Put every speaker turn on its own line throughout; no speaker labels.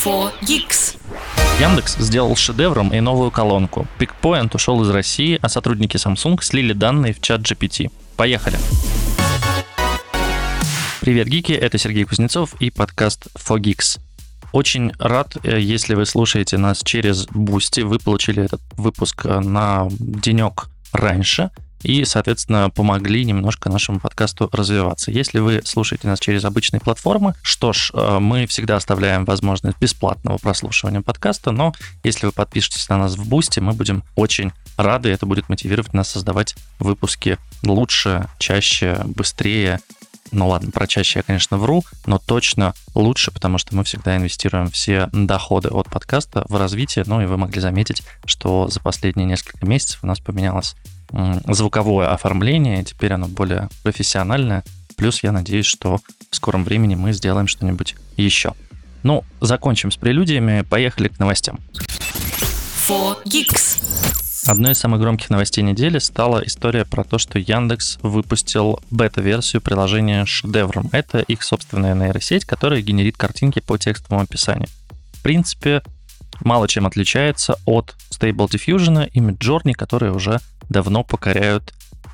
4Geeks.
Яндекс сделал шедевром и новую колонку. Pickpoint ушел из России, а сотрудники Samsung слили данные в чат GPT. Поехали! Привет, гики, это Сергей Кузнецов и подкаст 4Geeks. Очень рад, если вы слушаете нас через Boosty. Вы получили этот выпуск на денек раньше и, соответственно, помогли немножко нашему подкасту развиваться. Если вы слушаете нас через обычные платформы, что ж, мы всегда оставляем возможность бесплатного прослушивания подкаста, но если вы подпишетесь на нас в Boosty, мы будем очень рады, это будет мотивировать нас создавать выпуски лучше, чаще, быстрее. Ну ладно, про чаще я, конечно, вру, но точно лучше, потому что мы всегда инвестируем все доходы от подкаста в развитие. Ну и вы могли заметить, что за последние несколько месяцев у нас поменялось звуковое оформление, теперь оно более профессиональное. Плюс я надеюсь, что в скором времени мы сделаем что-нибудь еще. Ну, закончим с прелюдиями, поехали к новостям.
4Geeks.
Одной из самых громких новостей недели стала история про то, что Яндекс выпустил бета-версию приложения Шедевром. Это их собственная нейросеть, которая генерит картинки по текстовому описанию. В принципе, мало чем отличается от Stable Diffusion и Midjourney, которые уже давно покоряют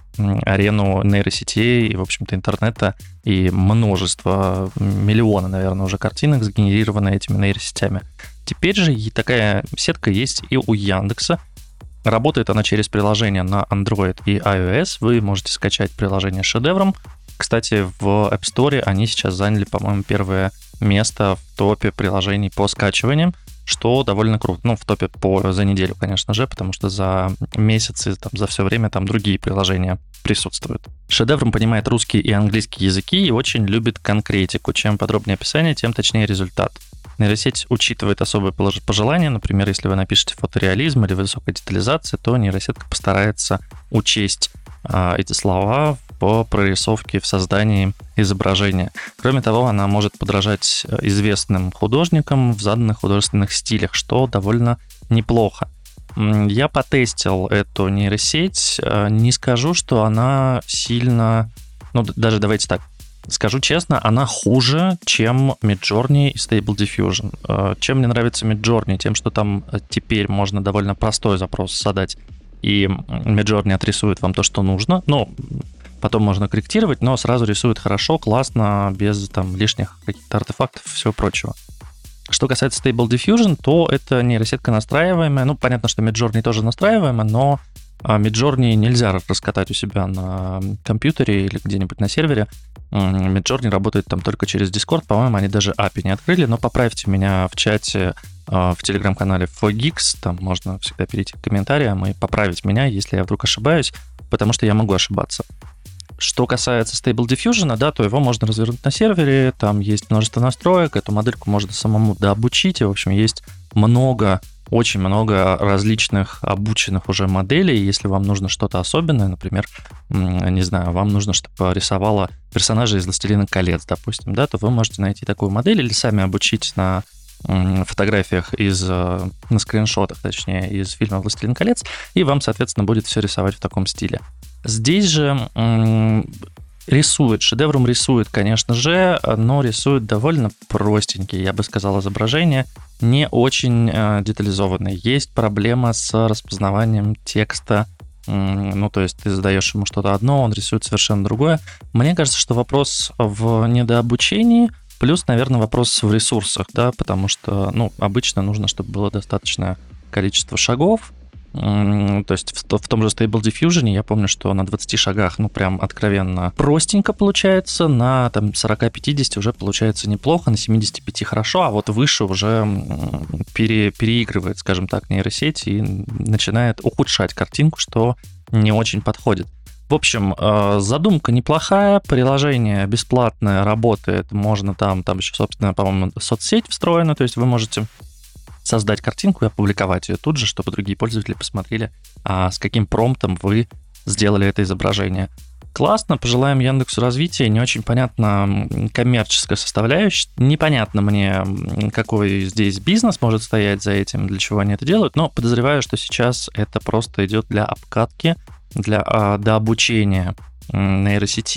арену нейросетей и, в общем-то, интернета, и множество, миллионы, наверное, уже картинок сгенерированы этими нейросетями. Теперь же и такая сетка есть и у Яндекса. Работает она через приложение на Android и iOS. Вы можете скачать приложение Шедевром. Кстати, в App Store они сейчас заняли, по-моему, первое место в топе приложений по скачиваниям, что довольно круто. Ну, в топе за неделю, конечно же, потому что за месяцы, за все время там другие приложения присутствуют. Шедевром понимает русский и английский языки и очень любит конкретику. Чем подробнее описание, тем точнее результат. Нейросеть учитывает особые пожелания. Например, если вы напишете фотореализм или высокая детализация, то нейросетка постарается учесть эти слова по прорисовке в создании изображения. Кроме того, она может подражать известным художникам в заданных художественных стилях, что довольно неплохо. Я потестил эту нейросеть. Не скажу, что она сильно... Ну, даже давайте так. Скажу честно, она хуже, чем Midjourney и Stable Diffusion. Чем мне нравится Midjourney? Тем, что там теперь можно довольно простой запрос задать, и Midjourney отрисует вам то, что нужно. Ну, потом можно корректировать, но сразу рисует хорошо, классно, без там лишних каких-то артефактов и всего прочего. Что касается Stable Diffusion, то это нейросетка настраиваемая. Ну, понятно, что Midjourney тоже настраиваемая, но Midjourney нельзя раскатать у себя на компьютере или где-нибудь на сервере. Midjourney работает там только через Discord, по-моему, они даже API не открыли, но поправьте меня в чате в телеграм-канале 4Geeks, там можно всегда перейти к комментариям и поправить меня, если я вдруг ошибаюсь, потому что я могу ошибаться. Что касается Stable Diffusion, да, то его можно развернуть на сервере, там есть множество настроек, эту модельку можно самому дообучить, и, в общем, есть очень много различных обученных уже моделей. Если вам нужно что-то особенное, например, не знаю, вам нужно, чтобы рисовала персонажа из «Властелина колец», допустим, да, то вы можете найти такую модель или сами обучить на фотографиях на скриншотах, точнее, из фильма «Властелин колец», и вам, соответственно, будет все рисовать в таком стиле. Здесь же Шедевром рисует, конечно же, но рисует довольно простенькие, я бы сказал, изображения, не очень детализованные. Есть проблема с распознаванием текста. Ну, то есть ты задаешь ему что-то одно, он рисует совершенно другое. Мне кажется, что вопрос в недообучении, плюс, наверное, вопрос в ресурсах, да, потому что, ну, обычно нужно, чтобы было достаточное количество шагов. То есть в том же Stable Diffusion я помню, что на 20 шагах, ну, прям откровенно простенько получается, на там 40-50 уже получается неплохо, на 75 хорошо, а вот выше уже переигрывает, скажем так, нейросеть и начинает ухудшать картинку, что не очень подходит. В общем, задумка неплохая, приложение бесплатное, работает, можно там еще, собственно, по-моему, соцсеть встроена, то есть вы можете создать картинку и опубликовать ее тут же, чтобы другие пользователи посмотрели, с каким промптом вы сделали это изображение. Классно, пожелаем Яндексу развития. Не очень понятна коммерческая составляющая. Непонятно мне, какой здесь бизнес может стоять за этим, для чего они это делают, но подозреваю, что сейчас это просто идет для обкатки, для дообучения нейросети.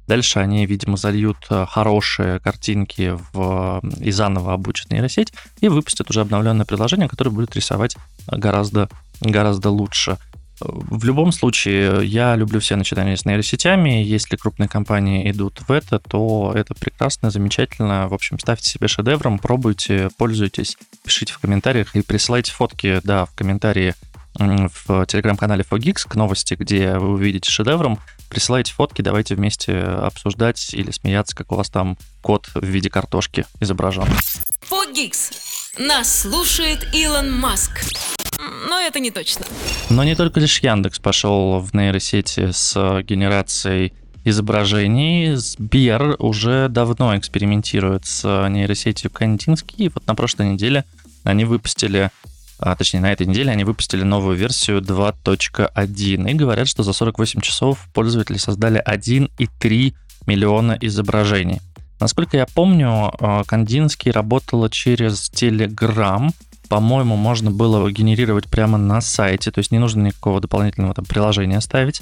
Дальше они, видимо, зальют хорошие картинки и заново обучат нейросеть и выпустят уже обновленное приложение, которое будет рисовать гораздо лучше. В любом случае, я люблю все начинания с нейросетями. Если крупные компании идут в это, то это прекрасно, замечательно. В общем, ставьте себе шедевром, пробуйте, пользуйтесь, пишите в комментариях и присылайте фотки, в комментарии в телеграм-канале 4Geeks к новости, где вы увидите шедевром. Присылайте фотки, давайте вместе обсуждать или смеяться, как у вас там кот в виде картошки изображен.
4Geeks. Нас слушает Илон Маск. Но это не точно.
Но не только лишь Яндекс пошел в нейросети с генерацией изображений. Сбер уже давно экспериментирует с нейросетью Кандинский. И вот на прошлой неделе они выпустили, на этой неделе они выпустили новую версию 2.1. И говорят, что за 48 часов пользователи создали 1,3 миллиона изображений. Насколько я помню, Кандинский работала через Telegram. По-моему, можно было генерировать прямо на сайте, то есть не нужно никакого дополнительного приложения ставить.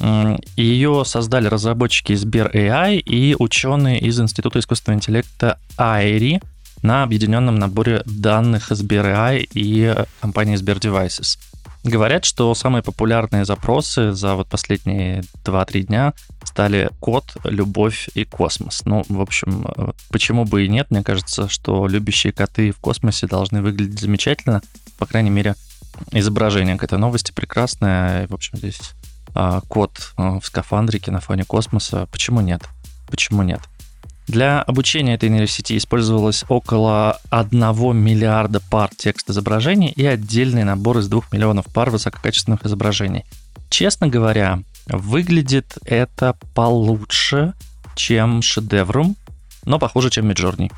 Ее создали разработчики из Сбер AI и ученые из Института искусственного интеллекта Айри на объединенном наборе данных Сбер AI и компании Сбер Devices. Говорят, что самые популярные запросы за последние 2-3 дня стали кот, любовь и космос. В общем, почему бы и нет? Мне кажется, что любящие коты в космосе должны выглядеть замечательно. По крайней мере, изображение к этой новости прекрасное. В общем, здесь кот в скафандрике на фоне космоса. Почему нет? Почему нет? Для обучения этой нейросети использовалось около 1 миллиарда пар текст-изображений и отдельный набор из 2 миллионов пар высококачественных изображений. Честно говоря, выглядит это получше, чем шедевром, но похуже, чем Midjourney.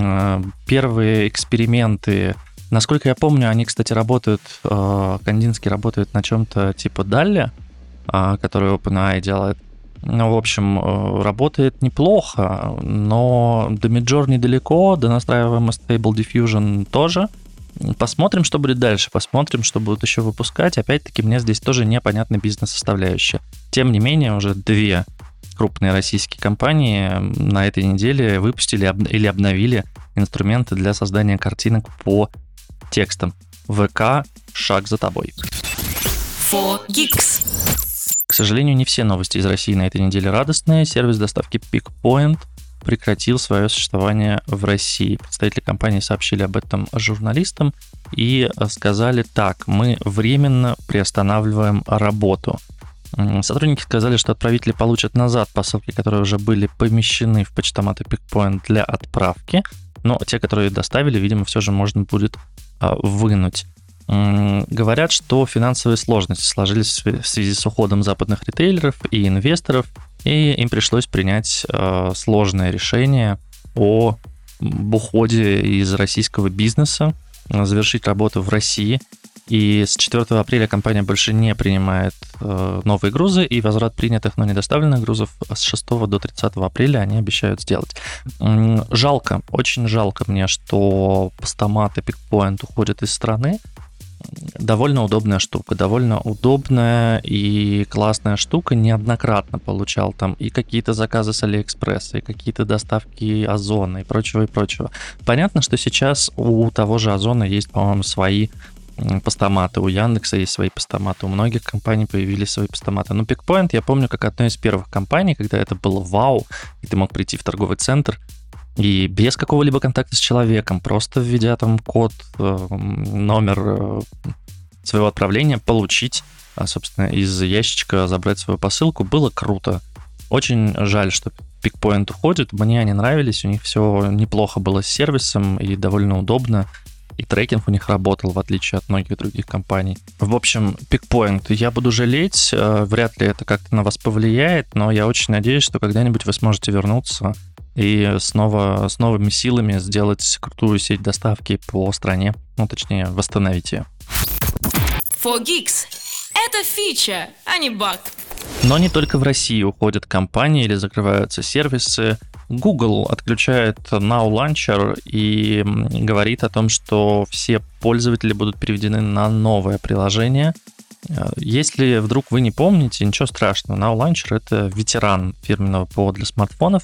Первые эксперименты, насколько я помню, они, кстати, работают, Кандинский работает на чем-то типа DALL-E, который OpenAI делает. В общем, работает неплохо, но до Midjourney далеко, до настраиваемого Stable Diffusion тоже. Посмотрим, что будет дальше, посмотрим, что будут еще выпускать. Опять-таки, мне здесь тоже непонятна бизнес-составляющая. Тем не менее, уже 2 крупные российские компании на этой неделе выпустили или обновили инструменты для создания картинок по текстам. ВК – шаг за тобой.
4Geeks.
К сожалению, не все новости из России на этой неделе радостные. Сервис доставки PickPoint прекратил свое существование в России. Представители компании сообщили об этом журналистам и сказали так: мы временно приостанавливаем работу. Сотрудники сказали, что отправители получат назад посылки, которые уже были помещены в почтоматы PickPoint для отправки, но те, которые доставили, видимо, все же можно будет вынуть. Говорят, что финансовые сложности сложились в связи с уходом западных ритейлеров и инвесторов, и им пришлось принять сложное решение об уходе из российского бизнеса, завершить работу в России. И с 4 апреля компания больше не принимает новые грузы, и возврат принятых, но не доставленных грузов с 6 до 30 апреля они обещают сделать. Жалко, очень жалко мне, что постаматы PickPoint уходят из страны. Довольно удобная штука, довольно удобная и классная штука. Неоднократно получал там и какие-то заказы с Алиэкспресса, и какие-то доставки Озона и прочего, и прочего. Понятно, что сейчас у того же Озона есть, по-моему, свои постаматы, у Яндекса есть свои постаматы, у многих компаний появились свои постаматы. Но PickPoint я помню как одной из первых компаний, когда это было вау, и ты мог прийти в торговый центр и без какого-либо контакта с человеком, просто введя там код, номер своего отправления, получить, собственно, из ящичка забрать свою посылку. Было круто. Очень жаль, что PickPoint уходит. Мне они нравились, у них все неплохо было с сервисом и довольно удобно. И трекинг у них работал, в отличие от многих других компаний. В общем, PickPoint я буду жалеть, вряд ли это как-то на вас повлияет, но я очень надеюсь, что когда-нибудь вы сможете вернуться и с новыми силами сделать крутую сеть доставки по стране, точнее, восстановить ее.
4Geeks. Это фича, а не баг.
Но не только в России уходят компании или закрываются сервисы. Google отключает Now Launcher и говорит о том, что все пользователи будут переведены на новое приложение. Если вдруг вы не помните, ничего страшного, Now Launcher — это ветеран фирменного ПО для смартфонов.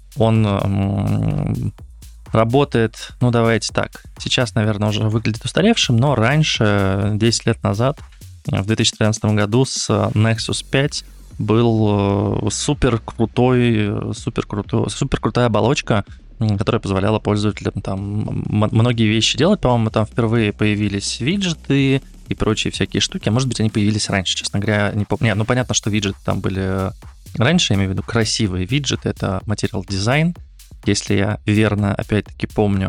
Он работает, давайте так, сейчас, наверное, уже выглядит устаревшим, но раньше, 10 лет назад, в 2013 году с Nexus 5 был суперкрутая оболочка, которая позволяла пользователям там многие вещи делать. По-моему, там впервые появились виджеты и прочие всякие штуки. А может быть, они появились раньше, честно говоря, не помню. Нет, понятно, что виджеты там были раньше, я имею в виду красивые виджеты. Это Material Design, если я верно, опять-таки, помню.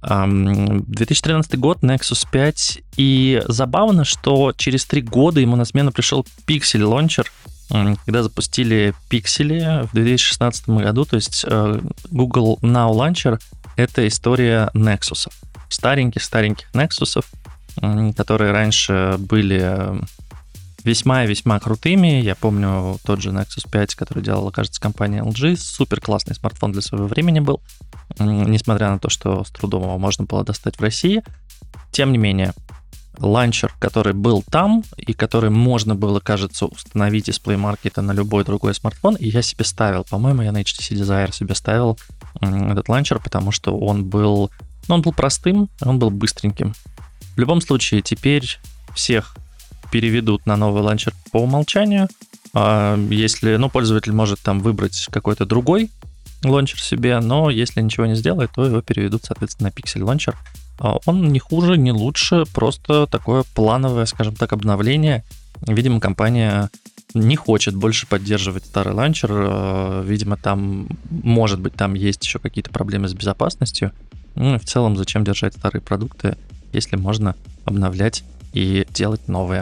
2013 год, Nexus 5. И забавно, что через 3 года ему на смену пришел Pixel Launcher, когда запустили пиксели в 2016 году. То есть Google Now Launcher — это история Nexus. Стареньких Nexus, которые раньше были весьма и весьма крутыми. Я помню тот же Nexus 5, который делала, кажется, компания LG. Супер классный смартфон для своего времени был, несмотря на то, что с трудом его можно было достать в России. Тем не менее, ланчер, который был там и который можно было, кажется, установить из Play Market на любой другой смартфон, и я себе ставил, по-моему, я на HTC Desire себе ставил этот ланчер, потому что он был простым, он был быстреньким. В любом случае, теперь всех переведут на новый ланчер по умолчанию. Если, пользователь может там выбрать какой-то другой ланчер себе, но если ничего не сделает, то его переведут, соответственно, на Pixel Launcher. Он не хуже, не лучше, просто такое плановое, скажем так, обновление. Видимо, компания не хочет больше поддерживать старый ланчер. Видимо, может быть, там есть еще какие-то проблемы с безопасностью. И в целом, зачем держать старые продукты, если можно обновлять и делать новые.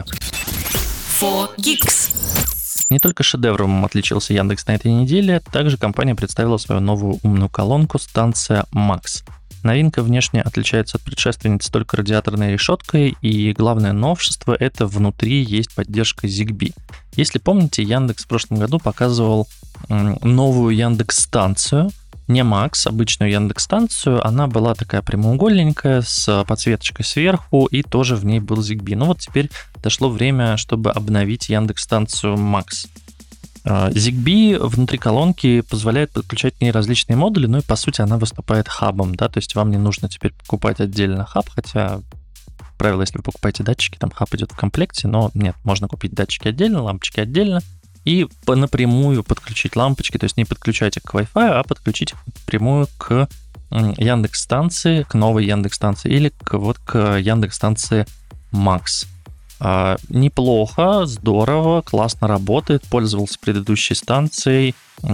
4Geeks.
Не только шедевром отличился Яндекс на этой неделе, также компания представила свою новую умную колонку станция Max. Новинка внешне отличается от предшественницы только радиаторной решеткой, и главное новшество — это внутри есть поддержка Zigbee. Если помните, Яндекс в прошлом году показывал новую Яндекс-станцию, не Max, обычную Яндекс-станцию. Она была такая прямоугольненькая, с подсветочкой сверху, и тоже в ней был Zigbee. Теперь дошло время, чтобы обновить Яндекс-станцию Max. Zigbee внутри колонки позволяет подключать к ней различные модули, и по сути она выступает хабом, да, то есть вам не нужно теперь покупать отдельно хаб, хотя, как правило, если вы покупаете датчики, там хаб идет в комплекте, но нет, можно купить датчики отдельно, лампочки отдельно, и напрямую подключить лампочки, то есть не подключать их к Wi-Fi, а подключить их напрямую к Яндекс-станции, к новой Яндекс-станции или к Яндекс-станции Max. Неплохо, здорово, классно работает, пользовался предыдущей станцией.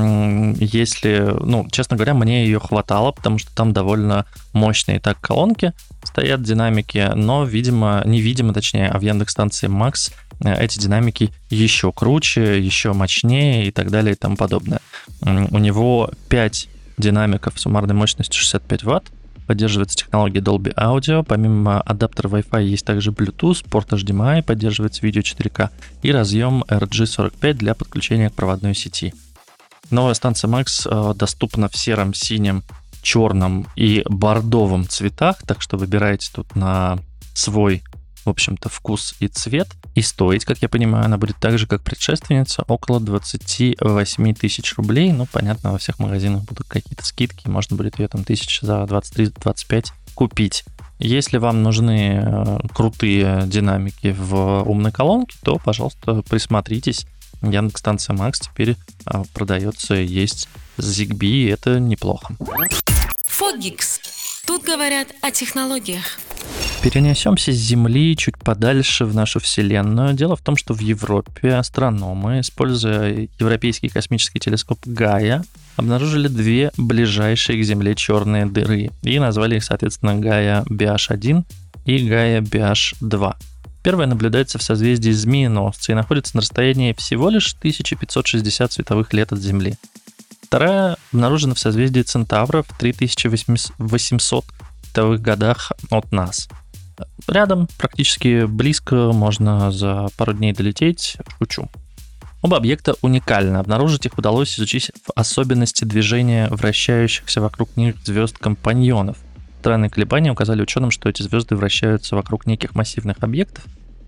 Если, честно говоря, мне ее хватало, потому что там довольно мощные так колонки стоят, динамики, но, точнее, в Яндекс-станции Max эти динамики еще круче, еще мощнее и так далее и тому подобное. У него 5 динамиков суммарной мощностью 65 Вт, поддерживается технология Dolby Audio, помимо адаптера Wi-Fi есть также Bluetooth, порт HDMI, поддерживается видео 4К и разъем RG45 для подключения к проводной сети. Новая станция Max доступна в сером, синем, черном и бордовом цветах, так что выбирайте тут на свой, в общем-то, вкус и цвет. И стоить, как я понимаю, она будет так же, как предшественница, около 28 тысяч рублей. Понятно, во всех магазинах будут какие-то скидки, можно будет ее там тысяч за 23-25 купить. Если вам нужны крутые динамики в умной колонке, то, пожалуйста, присмотритесь. Яндекс-станция Max теперь продается, есть с Zigbee, и это неплохо.
4Geeks. Тут говорят о технологиях.
Перенесемся с Земли чуть подальше в нашу Вселенную. Дело в том, что в Европе астрономы, используя европейский космический телескоп Гая, обнаружили 2 ближайшие к Земле черные дыры и назвали их, соответственно, Gaia BH1 и Gaia BH2. Первая наблюдается в созвездии Змееносца и находится на расстоянии всего лишь 1560 световых лет от Земли. Вторая обнаружена в созвездии Центавра в 3800 световых годах от нас. Рядом, практически близко, можно за пару дней долететь, шучу. Оба объекта уникальны. Обнаружить их удалось, изучив особенности движения вращающихся вокруг них звезд-компаньонов. Странные колебания указали ученым, что эти звезды вращаются вокруг неких массивных объектов,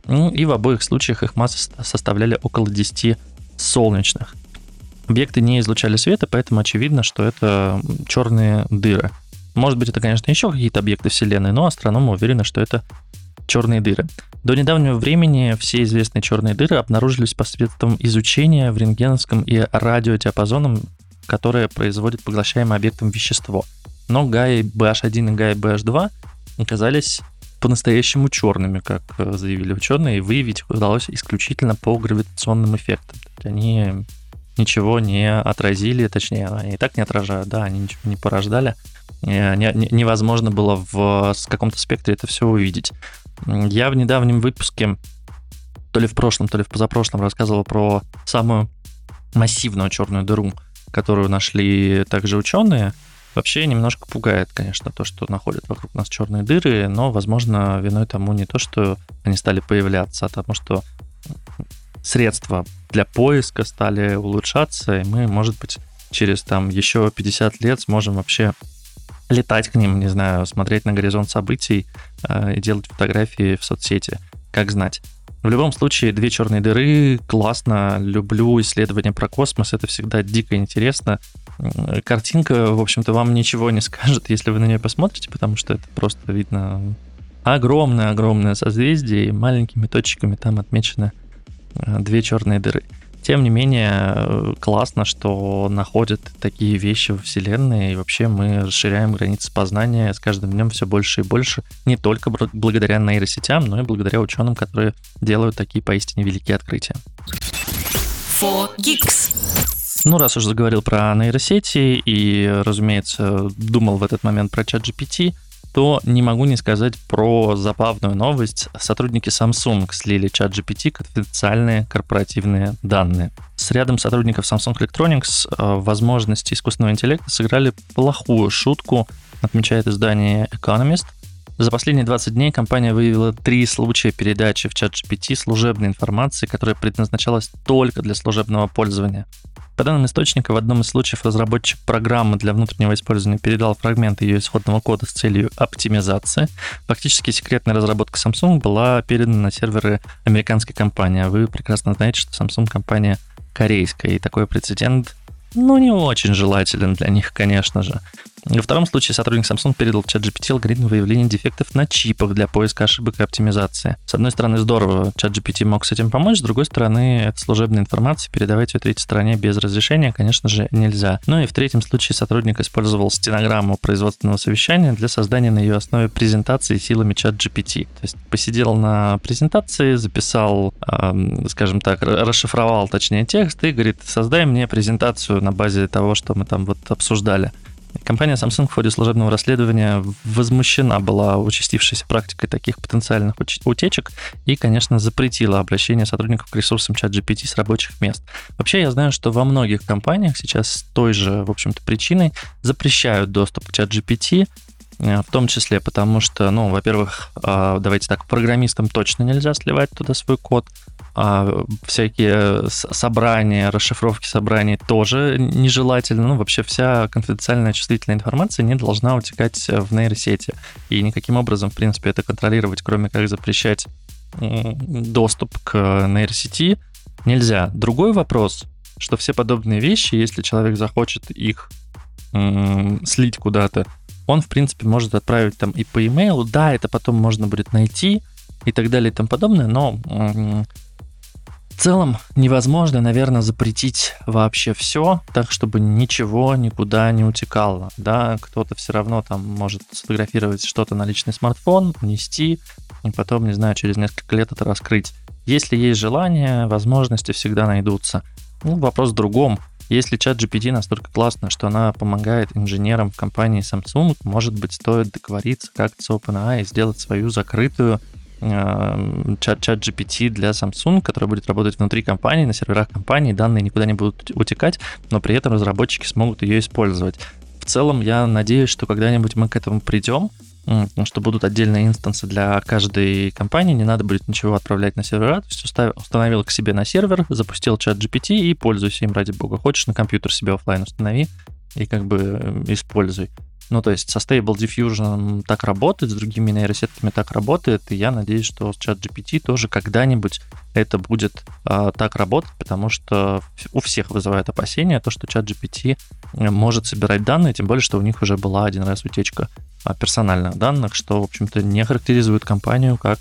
И в обоих случаях их массы составляли около 10 солнечных. Объекты не излучали света, поэтому очевидно, что это черные дыры. Может быть, это, конечно, еще какие-то объекты Вселенной, но астрономы уверены, что это черные дыры. До недавнего времени все известные черные дыры обнаружились посредством изучения в рентгеновском и радиодиапазоном, которое производит поглощаемое объектом вещество. Но ГАИ BH1 и ГАИ BH2 оказались по-настоящему черными, как заявили ученые, и выявить их удалось исключительно по гравитационным эффектам. Они ничего не отразили, точнее, они и так не отражают, да, они ничего не порождали. Невозможно было в каком-то спектре это все увидеть. Я в недавнем выпуске, то ли в прошлом, то ли в позапрошлом, рассказывал про самую массивную черную дыру, которую нашли также ученые. Вообще немножко пугает, конечно, то, что находят вокруг нас черные дыры, но, возможно, виной тому не то, что они стали появляться, а тому, что средства для поиска стали улучшаться, и мы, может быть, через еще 50 лет сможем вообще летать к ним, не знаю, смотреть на горизонт событий и делать фотографии в соцсети, как знать. В любом случае, 2 черные дыры, классно, люблю исследования про космос, это всегда дико интересно. Картинка, в общем-то, вам ничего не скажет, если вы на нее посмотрите, потому что это просто видно огромное-огромное созвездие, и маленькими точками там отмечены 2 черные дыры. Тем не менее, классно, что находят такие вещи во Вселенной, и вообще мы расширяем границы познания с каждым днем все больше и больше, не только благодаря нейросетям, но и благодаря ученым, которые делают такие поистине великие открытия.
4Geeks.
Раз уж заговорил про нейросети и, разумеется, думал в этот момент про ChatGPT, то не могу не сказать про забавную новость. Сотрудники Samsung слили ChatGPT конфиденциальные корпоративные данные. С рядом сотрудников Samsung Electronics возможности искусственного интеллекта сыграли плохую шутку, отмечает издание Economist. За последние 20 дней компания выявила 3 случая передачи в ChatGPT служебной информации, которая предназначалась только для служебного пользования. По данным источника, в одном из случаев разработчик программы для внутреннего использования передал фрагменты ее исходного кода с целью оптимизации. Фактически секретная разработка Samsung была передана на серверы американской компании. А вы прекрасно знаете, что Samsung компания корейская, и такой прецедент, не очень желателен для них, конечно же. Во втором случае сотрудник Samsung передал в ChatGPT алгоритм выявления дефектов на чипах для поиска ошибок и оптимизации. С одной стороны, здорово, ChatGPT мог с этим помочь, с другой стороны, это служебная информация, передавать ее третьей стороне без разрешения, конечно же, нельзя. И в третьем случае сотрудник использовал стенограмму производственного совещания для создания на ее основе презентации силами ChatGPT. То есть посидел на презентации, записал, скажем так, расшифровал, точнее, текст и говорит: создай мне презентацию на базе того, что мы там обсуждали. Компания Samsung в ходе служебного расследования возмущена была участившейся практикой таких потенциальных утечек и, конечно, запретила обращение сотрудников к ресурсам ChatGPT с рабочих мест. Вообще, я знаю, что во многих компаниях сейчас с той же, в общем-то, причиной запрещают доступ к ChatGPT, в том числе потому что, во-первых, давайте так, программистам точно нельзя сливать туда свой код, всякие собрания, расшифровки собраний тоже нежелательно. Вообще вся конфиденциальная чувствительная информация не должна утекать в нейросети. И никаким образом, в принципе, это контролировать, кроме как запрещать доступ к нейросети, нельзя. Другой вопрос, что все подобные вещи, если человек захочет их слить куда-то, он, в принципе, может отправить там и по имейлу. Да, это потом можно будет найти и так далее и тому подобное, но в целом невозможно, наверное, запретить вообще все, так, чтобы ничего никуда не утекало. Да, кто-то все равно там может сфотографировать что-то на личный смартфон, унести, и потом, не знаю, через несколько лет это раскрыть. Если есть желание, возможности всегда найдутся. Вопрос в другом. Если ChatGPT настолько классно, что она помогает инженерам в компании Samsung, может быть, стоит договориться как-то с OpenAI и сделать свою закрытую ChatGPT для Samsung, которая будет работать внутри компании, на серверах компании, данные никуда не будут утекать, но при этом разработчики смогут ее использовать. В целом, я надеюсь, что когда-нибудь мы к этому придем, что будут отдельные инстансы для каждой компании, не надо будет ничего отправлять на сервера, то есть установил к себе на сервер, запустил ChatGPT и пользуйся им, ради бога. Хочешь, на компьютер себе офлайн установи и используй. Ну, то есть со Stable Diffusion так работает, с другими нейросетками так работает, и я надеюсь, что с ChatGPT тоже когда-нибудь это будет так работать, потому что у всех вызывает опасения то, что ChatGPT может собирать данные, тем более, что у них уже была один раз утечка персональных данных, что, в общем-то, не характеризует компанию как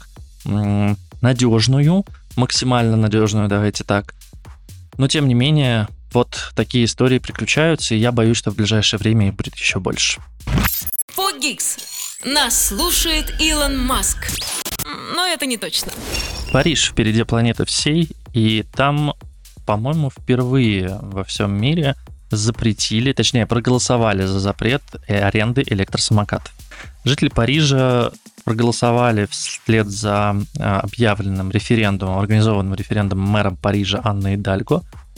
надежную, максимально надежную, давайте так. Но, тем не менее, вот такие истории приключаются, и я боюсь, что в ближайшее время их будет еще больше.
Фогикс. Нас слушает Илон Маск. Но это не точно.
Париж впереди планеты всей, и там, по-моему, впервые во всем мире запретили, точнее, проголосовали за запрет аренды электросамокатов. Жители Парижа проголосовали вслед за объявленным референдумом, организованным референдумом мэром Парижа Анной Идальго.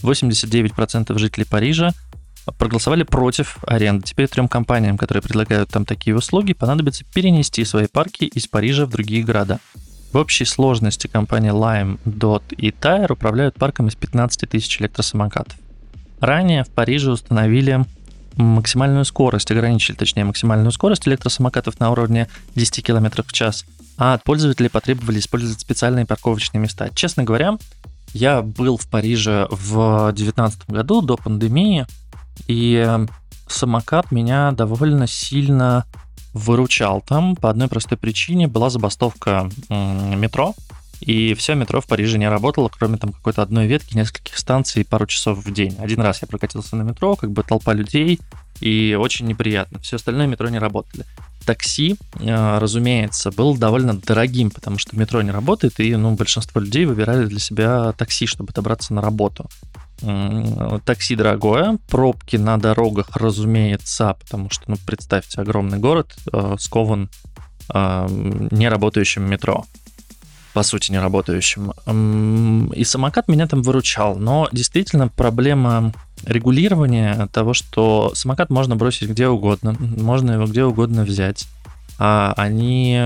89% жителей Парижа проголосовали против аренды. Теперь 3 компаниям, которые предлагают там такие услуги, понадобится перенести свои парки из Парижа в другие города. В общей сложности компании Lime, Dot и Tire управляют парком из 15 тысяч электросамокатов. Ранее в Париже установили максимальную скорость, ограничили, точнее, максимальную скорость электросамокатов на уровне 10 км в час, а от пользователей потребовали использовать специальные парковочные места. Честно говоря, я был в Париже в 2019 году, до пандемии, и самокат меня довольно сильно выручал там по одной простой причине. Была забастовка метро, и все метро в Париже не работало, кроме там какой-то одной ветки, нескольких станций и пару часов в день. Один раз я прокатился на метро, как бы толпа людей, и очень неприятно. Все остальное метро не работали. Такси, разумеется, было довольно дорогим, потому что метро не работает, и большинство людей выбирали для себя такси, чтобы добраться на работу. Такси дорогое, пробки на дорогах, разумеется, потому что, представьте, огромный город скован неработающим метро, по сути, неработающим. И самокат меня там выручал, но действительно проблема регулирования того, что самокат можно бросить где угодно, можно его где угодно взять. А они,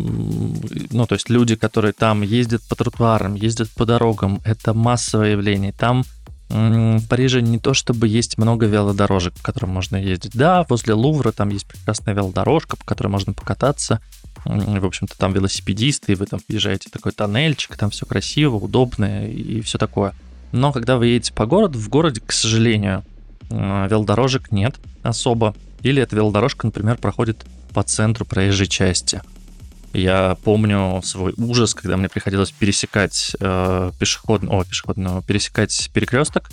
то есть люди, которые там ездят по тротуарам, ездят по дорогам, это массовое явление. Там в Париже не то чтобы есть много велодорожек, по которым можно ездить. Да, возле Лувра там есть прекрасная велодорожка, по которой можно покататься. В общем-то, там велосипедисты, и вы там въезжаете в такой тоннельчик, там все красиво, удобно и все такое. Но когда вы едете по городу, в городе, к сожалению, велодорожек нет особо. Или эта велодорожка, например, проходит по центру проезжей части. Я помню свой ужас, когда мне приходилось пересекать пересекать перекресток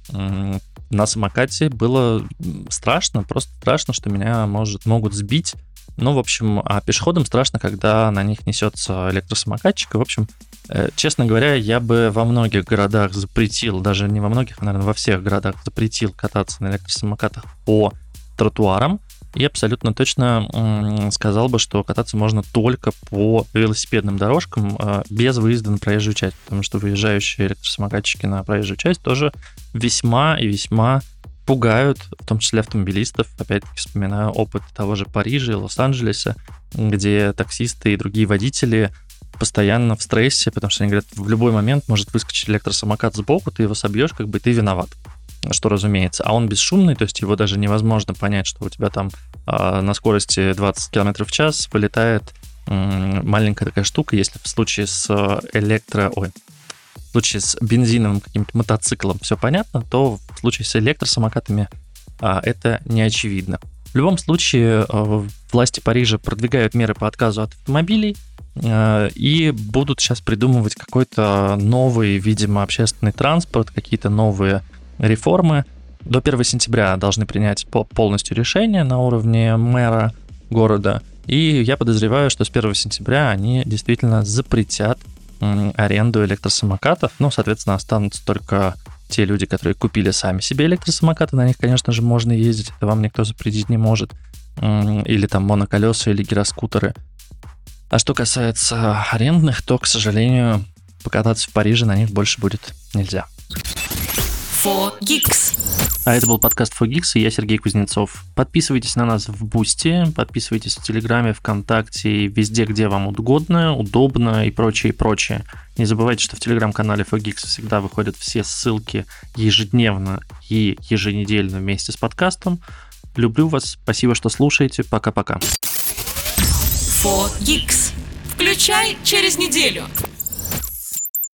на самокате. Было страшно, просто страшно, что меня могут сбить. В общем, а пешеходам страшно, когда на них несется электросамокатчик. И, в общем, честно говоря, я бы во многих городах запретил, даже не во многих, а, наверное, во всех городах запретил кататься на электросамокатах по тротуарам. И абсолютно точно сказал бы, что кататься можно только по велосипедным дорожкам без выезда на проезжую часть, потому что выезжающие электросамокатчики на проезжую часть тоже весьма и весьма пугают, в том числе автомобилистов. Опять-таки вспоминаю опыт того же Парижа и Лос-Анджелеса, где таксисты и другие водители постоянно в стрессе, потому что они говорят, в любой момент может выскочить электросамокат сбоку, ты его собьешь, как бы ты виноват. Что разумеется. А он бесшумный, то есть его даже невозможно понять, что у тебя там на скорости 20 км в час вылетает маленькая такая штука. Если в случае с в случае с бензиновым каким-то мотоциклом все понятно, то в случае с электросамокатами это не очевидно. В любом случае, власти Парижа продвигают меры по отказу от автомобилей и будут сейчас придумывать какой-то новый, видимо, общественный транспорт, какие-то новые реформы. До 1 сентября должны принять полностью решение на уровне мэра города. И я подозреваю, что с 1 сентября они действительно запретят аренду электросамокатов. Соответственно, останутся только те люди, которые купили сами себе электросамокаты. На них, конечно же, можно ездить. Это вам никто запретить не может. Или там моноколеса, или гироскутеры. А что касается арендных, то, к сожалению, покататься в Париже на них больше будет нельзя.
Фогикс.
А это был подкаст Фогикс, и я Сергей Кузнецов. Подписывайтесь на нас в Бусти, подписывайтесь в Телеграме, ВКонтакте, везде, где вам угодно, удобно и прочее. Не забывайте, что в Телеграм-канале Фогикс всегда выходят все ссылки ежедневно и еженедельно вместе с подкастом. Люблю вас, спасибо, что слушаете. Пока-пока.
4Geeks. Включай через неделю.